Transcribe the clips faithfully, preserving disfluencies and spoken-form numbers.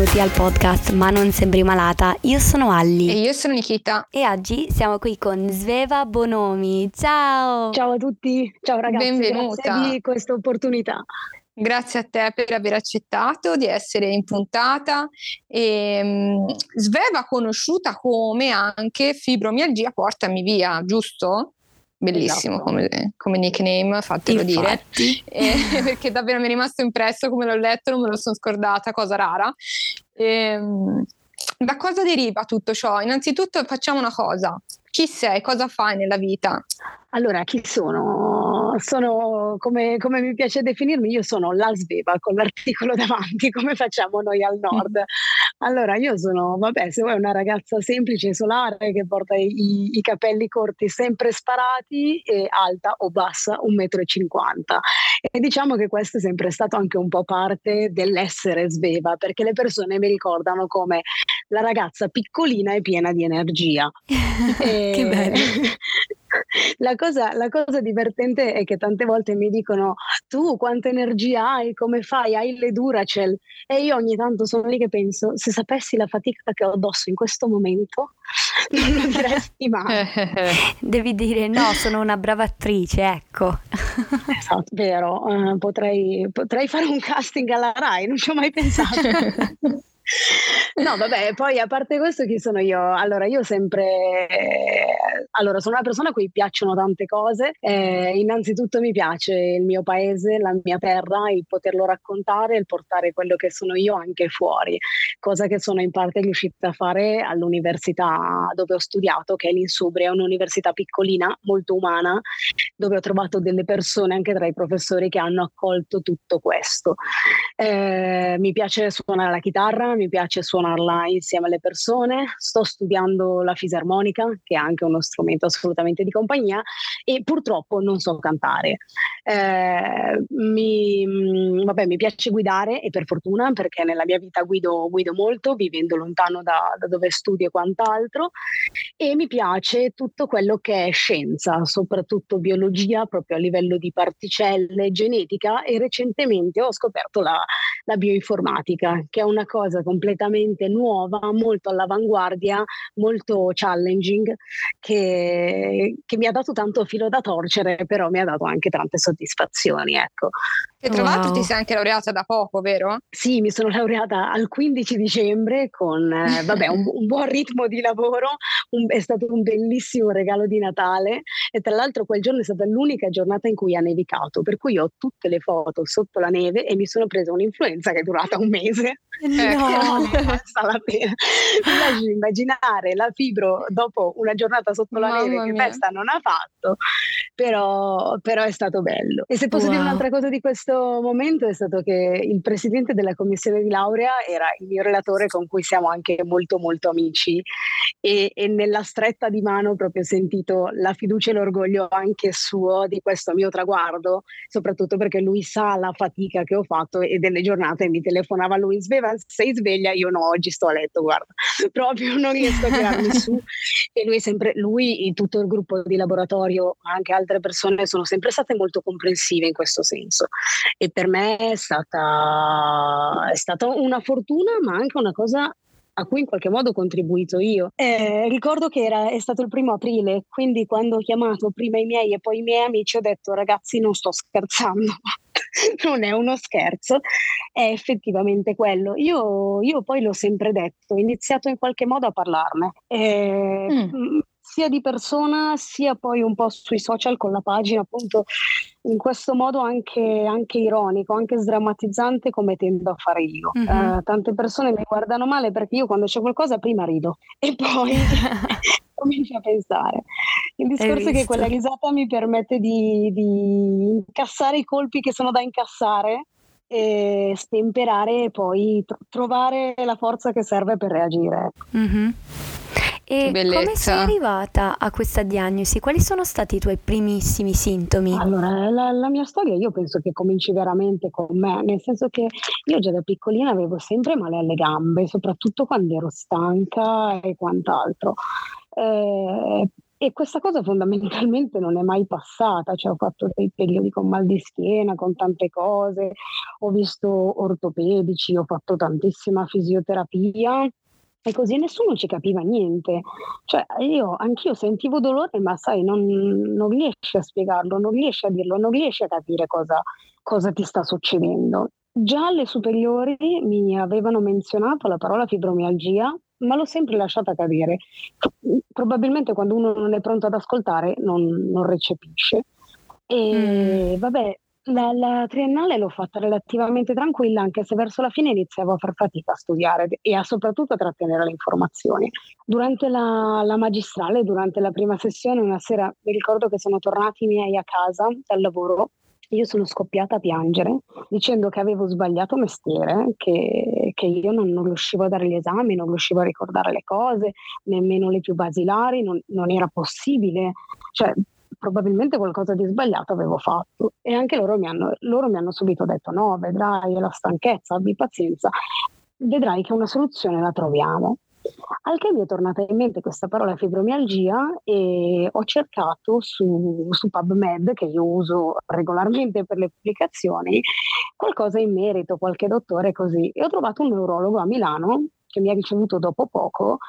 benvenuti al podcast Ma non sembri malata. Io sono Alli. E io sono Nikita. E oggi siamo qui con Sveva Bonomi. Ciao! Ciao a tutti, ciao ragazzi, Benvenuta. grazie di questa opportunità. Grazie a te per aver accettato di essere in puntata. E, um, Sveva, conosciuta come anche fibromialgia portami via, giusto? Bellissimo, esatto. come, come nickname, fatelo Infatti. dire, e, perché davvero mi è rimasto impresso, come l'ho letto, non me lo sono scordata, cosa rara. E, da cosa deriva tutto ciò? Innanzitutto facciamo una cosa: chi sei, cosa fai nella vita? Allora, chi sono? Sono, come, come mi piace definirmi, io sono la Sveva con l'articolo davanti, come facciamo noi al nord. Allora, io sono, vabbè, se vuoi, una ragazza semplice, solare, che porta i, i capelli corti sempre sparati e alta o bassa un metro e cinquanta. E diciamo che questo è sempre stato anche un po' parte dell'essere Sveva, perché le persone mi ricordano come la ragazza piccolina e piena di energia. e... Che bello! La cosa, la cosa divertente è che tante volte mi dicono: tu quanta energia hai, come fai, hai le Duracell? E io ogni tanto sono lì che penso: se sapessi la fatica che ho addosso in questo momento non lo diresti mai. Devi dire no, sono una brava attrice, ecco. Esatto, vero, uh, potrei, potrei fare un casting alla Rai, non ci ho mai pensato. No, vabbè, poi a parte questo, chi sono io? Allora, io sempre, eh, allora, sono una persona a cui piacciono tante cose. Eh, innanzitutto mi piace il mio paese, la mia terra, il poterlo raccontare, il portare quello che sono io anche fuori, cosa che sono in parte riuscita a fare all'università dove ho studiato, che è l'Insubria, un'università piccolina, molto umana, dove ho trovato delle persone anche tra i professori che hanno accolto tutto questo. Eh, mi piace suonare la chitarra, mi piace suonarla insieme alle persone, sto studiando la fisarmonica, che è anche uno strumento assolutamente di compagnia, e purtroppo non so cantare. Eh, mi, vabbè, mi piace guidare, e per fortuna, perché nella mia vita guido, guido molto, vivendo lontano da, da dove studio e quant'altro, e mi piace tutto quello che è scienza, soprattutto biologia, proprio a livello di particelle, genetica, e recentemente ho scoperto la, la bioinformatica, che è una cosa completamente nuova, molto all'avanguardia, molto challenging, che, che mi ha dato tanto filo da torcere, però mi ha dato anche tante soddisfazioni, ecco. E tra Wow. l'altro ti sei anche laureata da poco, vero? Sì, mi sono laureata al quindici dicembre con eh, vabbè, un, un buon ritmo di lavoro, un, è stato un bellissimo regalo di Natale, e tra l'altro quel giorno è stata l'unica giornata in cui ha nevicato, per cui ho tutte le foto sotto la neve e mi sono presa un'influenza che è durata un mese. No! Non è valsa la pena. Mi lascio immaginare la fibro dopo una giornata sotto la Mamma neve, che mia. festa non ha fatto, però, però è stato bello. E se posso Wow. dire un'altra cosa di questo momento, è stato che il presidente della commissione di laurea era il mio relatore, con cui siamo anche molto molto amici, e, e nella stretta di mano proprio ho sentito la fiducia e l'orgoglio anche suo di questo mio traguardo, soprattutto perché lui sa la fatica che ho fatto, e delle giornate mi telefonava lui: Sveva, sei sveglia? Io no, oggi sto a letto, guarda, proprio non riesco a tirarmi su. E lui sempre, lui e tutto il gruppo di laboratorio, anche altre persone, sono sempre state molto comprensive in questo senso, e per me è stata, è stata una fortuna, ma anche una cosa a cui in qualche modo ho contribuito io. Eh, ricordo che era, è stato il primo aprile, quindi quando ho chiamato prima i miei e poi i miei amici ho detto: ragazzi, non sto scherzando, non è uno scherzo, è effettivamente quello. Io, io poi l'ho sempre detto, ho iniziato in qualche modo a parlarne, eh, Mm. sia di persona, sia poi un po' sui social con la pagina, appunto in questo modo anche, anche ironico, anche sdrammatizzante, come tendo a fare io. Mhm. Uh, tante persone mi guardano male perché io quando c'è qualcosa prima rido e poi comincio a pensare. Il discorso è che quella risata mi permette di, di incassare i colpi che sono da incassare e stemperare, e poi tro- trovare la forza che serve per reagire. Mhm. E Bellezza. come sei arrivata a questa diagnosi? Quali sono stati i tuoi primissimi sintomi? Allora, la, la mia storia io penso che cominci veramente con me, nel senso che io già da piccolina avevo sempre male alle gambe, soprattutto quando ero stanca e quant'altro. Eh, e questa cosa fondamentalmente non è mai passata, cioè ho fatto dei periodi con mal di schiena, con tante cose, ho visto ortopedici, ho fatto tantissima fisioterapia e così nessuno ci capiva niente. Cioè io, anch'io sentivo dolore, ma sai, non, non riesci a spiegarlo, non riesci a dirlo, non riesci a capire cosa, cosa ti sta succedendo. Già alle superiori mi avevano menzionato la parola fibromialgia, ma l'ho sempre lasciata cadere. Probabilmente quando uno non è pronto ad ascoltare non, non recepisce. E Mm. vabbè, la, la triennale l'ho fatta relativamente tranquilla, anche se verso la fine iniziavo a far fatica a studiare e a soprattutto a trattenere le informazioni. Durante la, la magistrale, durante la prima sessione, una sera mi ricordo che sono tornati i miei a casa dal lavoro. Io sono scoppiata a piangere dicendo che avevo sbagliato mestiere, che, che io non, non riuscivo a dare gli esami, non riuscivo a ricordare le cose, nemmeno le più basilari, non, non era possibile. Cioè, probabilmente qualcosa di sbagliato avevo fatto. E anche loro mi hanno, loro mi hanno subito detto: no, vedrai, è la stanchezza, abbi pazienza, vedrai che una soluzione la troviamo. Al che mi è tornata in mente questa parola fibromialgia e ho cercato su, su PubMed, che io uso regolarmente per le pubblicazioni, qualcosa in merito, qualche dottore così, e ho trovato un neurologo a Milano che mi ha ricevuto dopo poco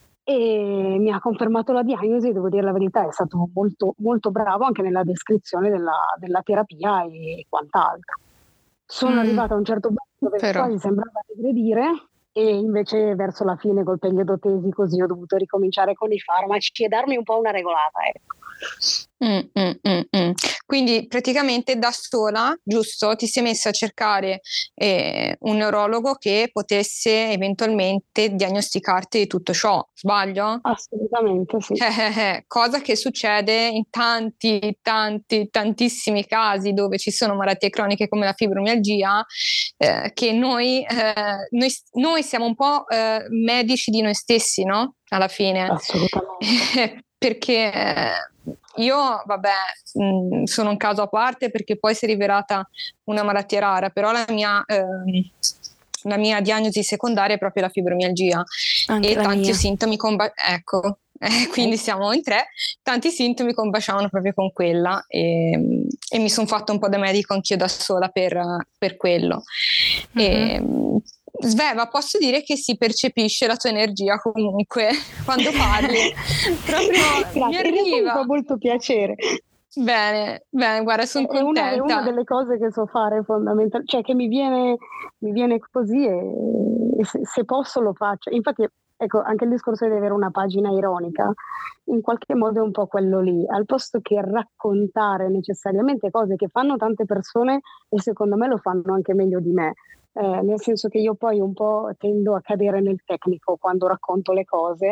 e mi ha confermato la diagnosi. Devo dire la verità, è stato molto, molto bravo anche nella descrizione della, della terapia e quant'altro. Sono Mm. arrivata a un certo punto dove Però. quasi sembrava regredire, e invece verso la fine col periodo-tesi così ho dovuto ricominciare con i farmaci e darmi un po' una regolata, ecco. Mm, mm, mm, mm. Quindi praticamente da sola, giusto? Ti sei messa a cercare eh, un neurologo che potesse eventualmente diagnosticarti di tutto ciò, sbaglio? Assolutamente sì. Eh, eh, cosa che succede in tanti, tanti, tantissimi casi dove ci sono malattie croniche come la fibromialgia, eh, che noi, eh, noi, noi siamo un po' eh, medici di noi stessi, no? Alla fine. Assolutamente. Perché io, vabbè, mh, sono un caso a parte perché poi si è rivelata una malattia rara, però la mia, ehm, la mia diagnosi secondaria è proprio la fibromialgia. Anche E la tanti mia. sintomi comba- ecco, eh, quindi siamo in tre, tanti sintomi combaciavano proprio con quella e, e mi sono fatta un po' da medico anch'io da sola per, per quello. E, Sveva, posso dire che si percepisce la tua energia comunque quando parli, proprio mi Grazie, in realtà mi arriva. fa molto piacere. Bene, bene, guarda, sono È una, è una contenta. delle cose che so fare fondamentalmente, cioè che mi viene, mi viene così e, e se, se posso lo faccio. Infatti, ecco, anche il discorso di avere una pagina ironica, in qualche modo è un po' quello lì, al posto che raccontare necessariamente cose che fanno tante persone e secondo me lo fanno anche meglio di me. Eh, nel senso che io poi un po' tendo a cadere nel tecnico quando racconto le cose.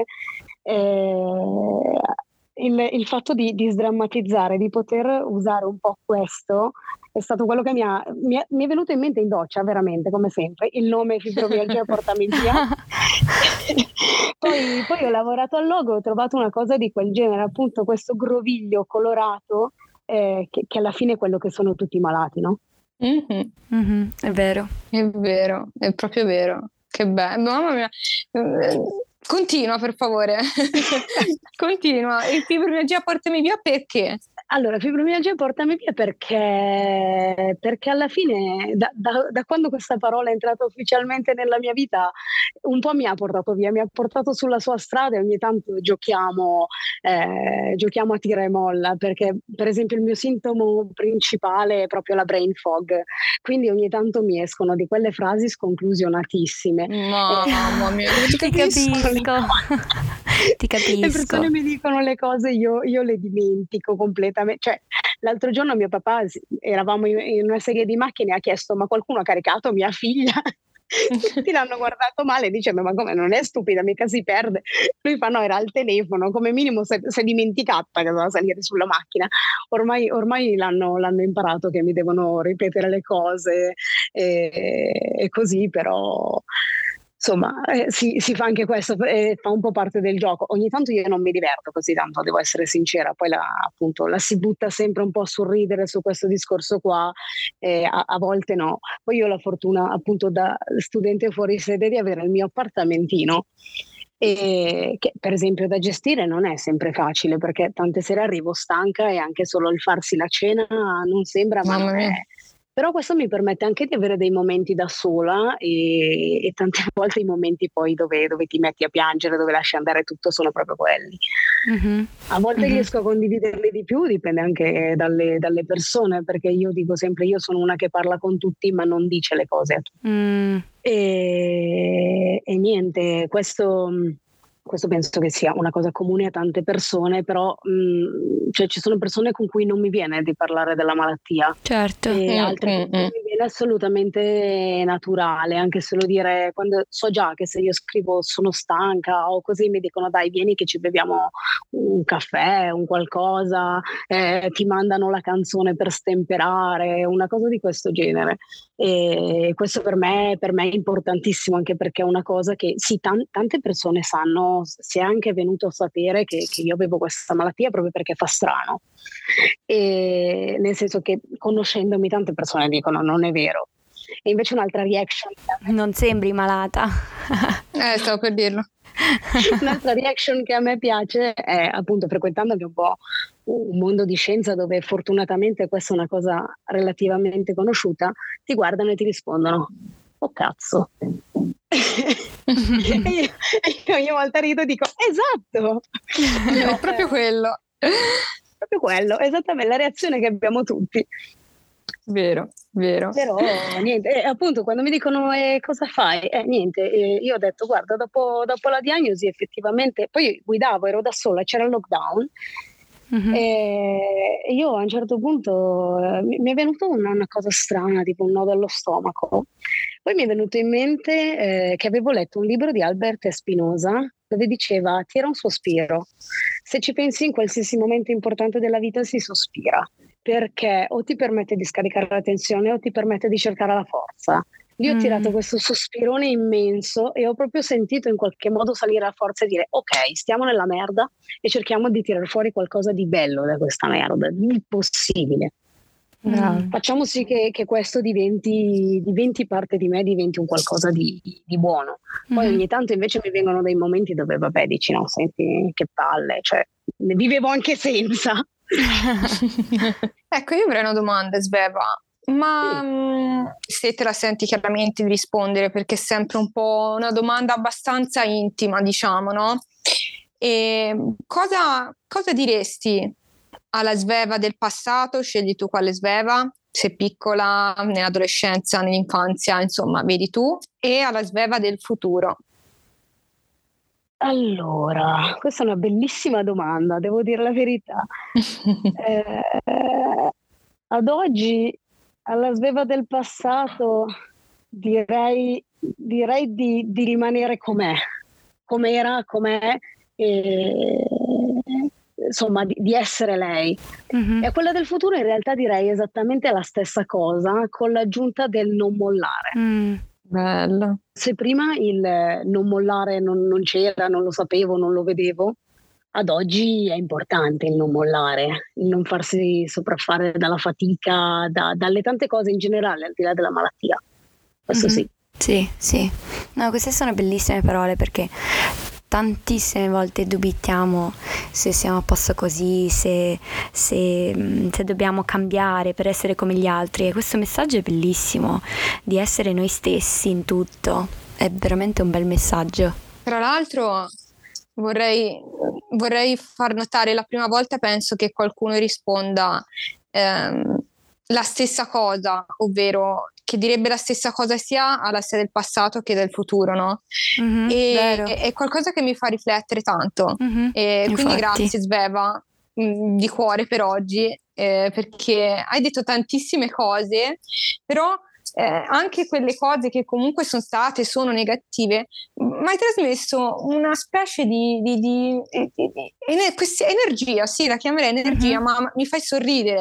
Eh, il, il fatto di, di sdrammatizzare, di poter usare un po' questo è stato quello che mi, ha, mi, è, mi è venuto in mente in doccia, veramente, come sempre. Il nome fibromialgia portami via. poi, poi ho lavorato al logo, ho trovato una cosa di quel genere, appunto questo groviglio colorato eh, che, che alla fine è quello che sono tutti i malati, no? Mm-hmm. Mm-hmm, è vero. È vero, è proprio vero. Che bello, mamma mia. Continua, per favore. Continua. E fibromialgia portami via perché? Allora, fibromialgia portami via perché, perché alla fine, da, da, da quando questa parola è entrata ufficialmente nella mia vita, un po' mi ha portato via, mi ha portato sulla sua strada e ogni tanto giochiamo, eh, giochiamo a tira e molla, perché per esempio il mio sintomo principale è proprio la brain fog, quindi ogni tanto mi escono di quelle frasi sconclusionatissime. Mamma mia, ti, ti capisco. Ti capisco. Le persone mi dicono le cose, io, io le dimentico completamente. Cioè, l'altro giorno mio papà, eravamo in una serie di macchine, ha chiesto: ma qualcuno ha caricato mia figlia? Tutti l'hanno guardato male, dice: ma come, non è stupida, mica si perde. Lui fa: no, era al telefono, come minimo si è dimenticata che doveva salire sulla macchina. Ormai, ormai l'hanno, l'hanno imparato che mi devono ripetere le cose e, e così, però insomma, eh, si, si fa anche questo, eh, fa un po' parte del gioco. Ogni tanto io non mi diverto così tanto, devo essere sincera, poi la, appunto, la si butta sempre un po' sul ridere su questo discorso qua, eh, a, a volte no. Poi io ho la fortuna, appunto, da studente fuori sede di avere il mio appartamentino e che per esempio da gestire non è sempre facile, perché tante sere arrivo stanca e anche solo il farsi la cena non sembra, ma non è. Però questo mi permette anche di avere dei momenti da sola e, e tante volte i momenti poi dove, dove ti metti a piangere, dove lasci andare tutto, sono proprio quelli. Mm-hmm. A volte mm-hmm. riesco a condividerli di più, dipende anche dalle, dalle persone, perché io dico sempre, io sono una che parla con tutti ma non dice le cose a tutti. Mm. E, e niente, questo... Questo penso che sia una cosa comune a tante persone, però mh, cioè ci sono persone con cui non mi viene di parlare della malattia. Certo. E altre mm-hmm. con cui mi viene assolutamente naturale, anche solo dire, quando so già che se io scrivo sono stanca o così, mi dicono dai vieni che ci beviamo un caffè, un qualcosa, eh, ti mandano la canzone per stemperare, una cosa di questo genere. E questo per me, per me è importantissimo, anche perché è una cosa che sì, tan- tante persone sanno, si è anche venuto a sapere che, che io avevo questa malattia proprio perché fa strano, e nel senso che conoscendomi tante persone dicono non è vero, e invece un'altra reaction, non sembri malata. eh stavo per dirlo. Un'altra reaction che a me piace è, appunto, frequentando anche un po' un mondo di scienza dove fortunatamente questa è una cosa relativamente conosciuta, ti guardano e ti rispondono oh cazzo. e io, io ogni volta rido e dico esatto, è proprio quello, proprio quello, esattamente la reazione che abbiamo tutti. Vero, vero. Però niente, eh, appunto quando mi dicono eh, cosa fai? Eh, niente, eh, io ho detto guarda, dopo, dopo la diagnosi effettivamente, poi guidavo, ero da sola, c'era il lockdown. Mm-hmm. E io a un certo punto eh, mi è venuta una, una cosa strana, tipo un nodo allo stomaco. Poi mi è venuto in mente eh, che avevo letto un libro di Albert Spinoza dove diceva tira un sospiro, se ci pensi in qualsiasi momento importante della vita si sospira, perché o ti permette di scaricare la tensione o ti permette di cercare la forza. Io ho tirato mm. questo sospirone immenso e ho proprio sentito in qualche modo salire la forza e dire ok, stiamo nella merda e cerchiamo di tirare fuori qualcosa di bello da questa merda, di possibile. Mm. Facciamo sì che, che questo diventi, diventi parte di me, diventi un qualcosa di, di buono. Poi mm. ogni tanto invece mi vengono dei momenti dove vabbè dici no, senti che palle, cioè ne vivevo anche senza. Ecco, io avrei una domanda, Sveva. Ma sì. Se te la senti chiaramente di rispondere, perché è sempre un po' una domanda abbastanza intima, diciamo, no? E cosa, cosa diresti alla Sveva del passato? Scegli tu quale Sveva, se piccola, nell'adolescenza, nell'infanzia, insomma, vedi tu, e alla Sveva del futuro. Allora, questa è una bellissima domanda, devo dire la verità. eh, ad oggi alla Sveva del passato direi, direi di, di rimanere com'è, com'era, com'è, e, insomma di, di essere lei. Mm-hmm. E a quella del futuro in realtà direi esattamente la stessa cosa, con l'aggiunta del non mollare. Mm. Bello. Se prima il non mollare non, non c'era, non lo sapevo, non lo vedevo, ad oggi è importante il non mollare, il non farsi sopraffare dalla fatica, da, dalle tante cose in generale, al di là della malattia. Questo mm-hmm. sì. Sì, sì. No, queste sono bellissime parole, perché tantissime volte dubitiamo se siamo a posto così, se, se, se dobbiamo cambiare per essere come gli altri, e questo messaggio è bellissimo, di essere noi stessi in tutto, è veramente un bel messaggio. Tra l'altro vorrei, vorrei far notare, la prima volta penso che qualcuno risponda ehm, la stessa cosa, ovvero che direbbe la stessa cosa sia alla sé del passato che del futuro, no? Mm-hmm, e è, è qualcosa che mi fa riflettere tanto. Mm-hmm, e quindi infatti. Grazie Sveva mh, di cuore per oggi, eh, perché hai detto tantissime cose, però eh, anche quelle cose che comunque sono state, sono negative, ma hai trasmesso una specie di, di, di, di, di ener- energia, sì, la chiamerei energia, mm-hmm. ma mi fai sorridere.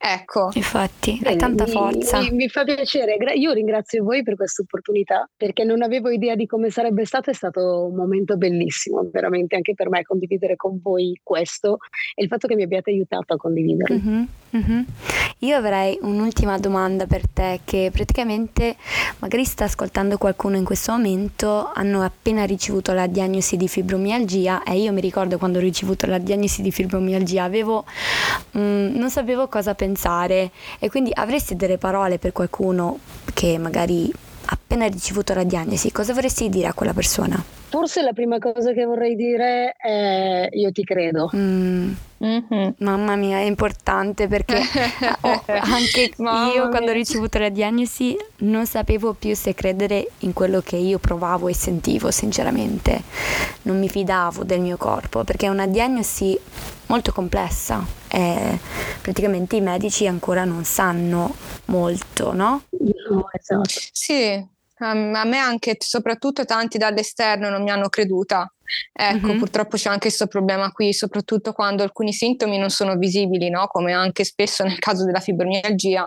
Ecco. Infatti, Bene, hai tanta mi, forza. Mi, mi fa piacere, Gra- io ringrazio voi per questa opportunità perché non avevo idea di come sarebbe stato, è stato un momento bellissimo, veramente anche per me condividere con voi questo e il fatto che mi abbiate aiutato a condividerlo. Mhm, mhm. Io avrei un'ultima domanda per te, che praticamente magari sta ascoltando qualcuno in questo momento, hanno appena ricevuto la diagnosi di fibromialgia e io mi ricordo quando ho ricevuto la diagnosi di fibromialgia avevo mm, non sapevo cosa pensare e quindi avresti delle parole per qualcuno che magari ha appena ricevuto la diagnosi, cosa vorresti dire a quella persona? Forse la prima cosa che vorrei dire è io ti credo. Mm. Mm-hmm. Mamma mia, è importante perché oh, anche Mamma io quando ho mia. ricevuto la diagnosi non sapevo più se credere in quello che io provavo e sentivo, sinceramente. Non mi fidavo del mio corpo perché è una diagnosi molto complessa e praticamente i medici ancora non sanno molto, no? No, esatto. Sì, a me anche, soprattutto tanti dall'esterno non mi hanno creduta. Ecco, Mhm. purtroppo c'è anche questo problema qui, soprattutto quando alcuni sintomi non sono visibili, no? Come anche spesso nel caso della fibromialgia.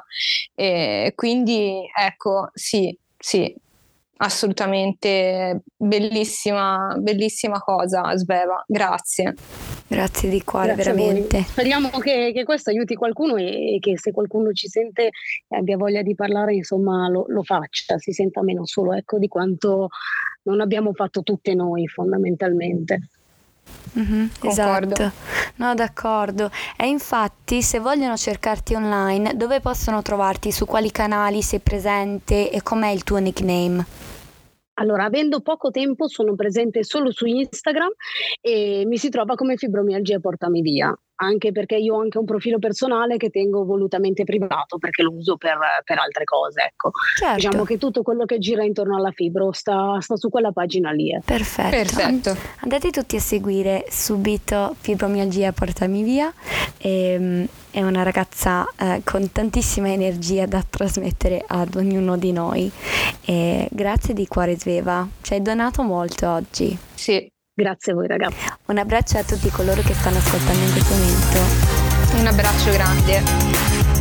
E quindi, ecco, sì, sì, assolutamente bellissima, bellissima cosa, Sveva, grazie. Grazie di cuore, Grazie a voi. veramente. Speriamo che, che questo aiuti qualcuno e, e che se qualcuno ci sente e abbia voglia di parlare, insomma, lo, lo faccia, si senta meno solo, ecco, di quanto non abbiamo fatto tutte noi, fondamentalmente. Mhm, Concordo. esatto, no, d'accordo. E infatti, se vogliono cercarti online, dove possono trovarti? Su quali canali sei presente e com'è il tuo nickname? Allora, avendo poco tempo, sono presente solo su Instagram e mi si trova come fibromialgia portami via, anche perché io ho anche un profilo personale che tengo volutamente privato perché lo uso per, per altre cose, ecco. Certo. Diciamo che tutto quello che gira intorno alla fibro sta, sta su quella pagina lì. eh. Perfetto. Perfetto. Andate tutti a seguire subito Fibromialgia Portami Via. E, è una ragazza eh, con tantissima energia da trasmettere ad ognuno di noi. E grazie di cuore, Sveva. Ci hai donato molto oggi. Sì, Grazie a voi ragazzi. Un abbraccio a tutti coloro che stanno ascoltando in questo momento. un abbraccio grande.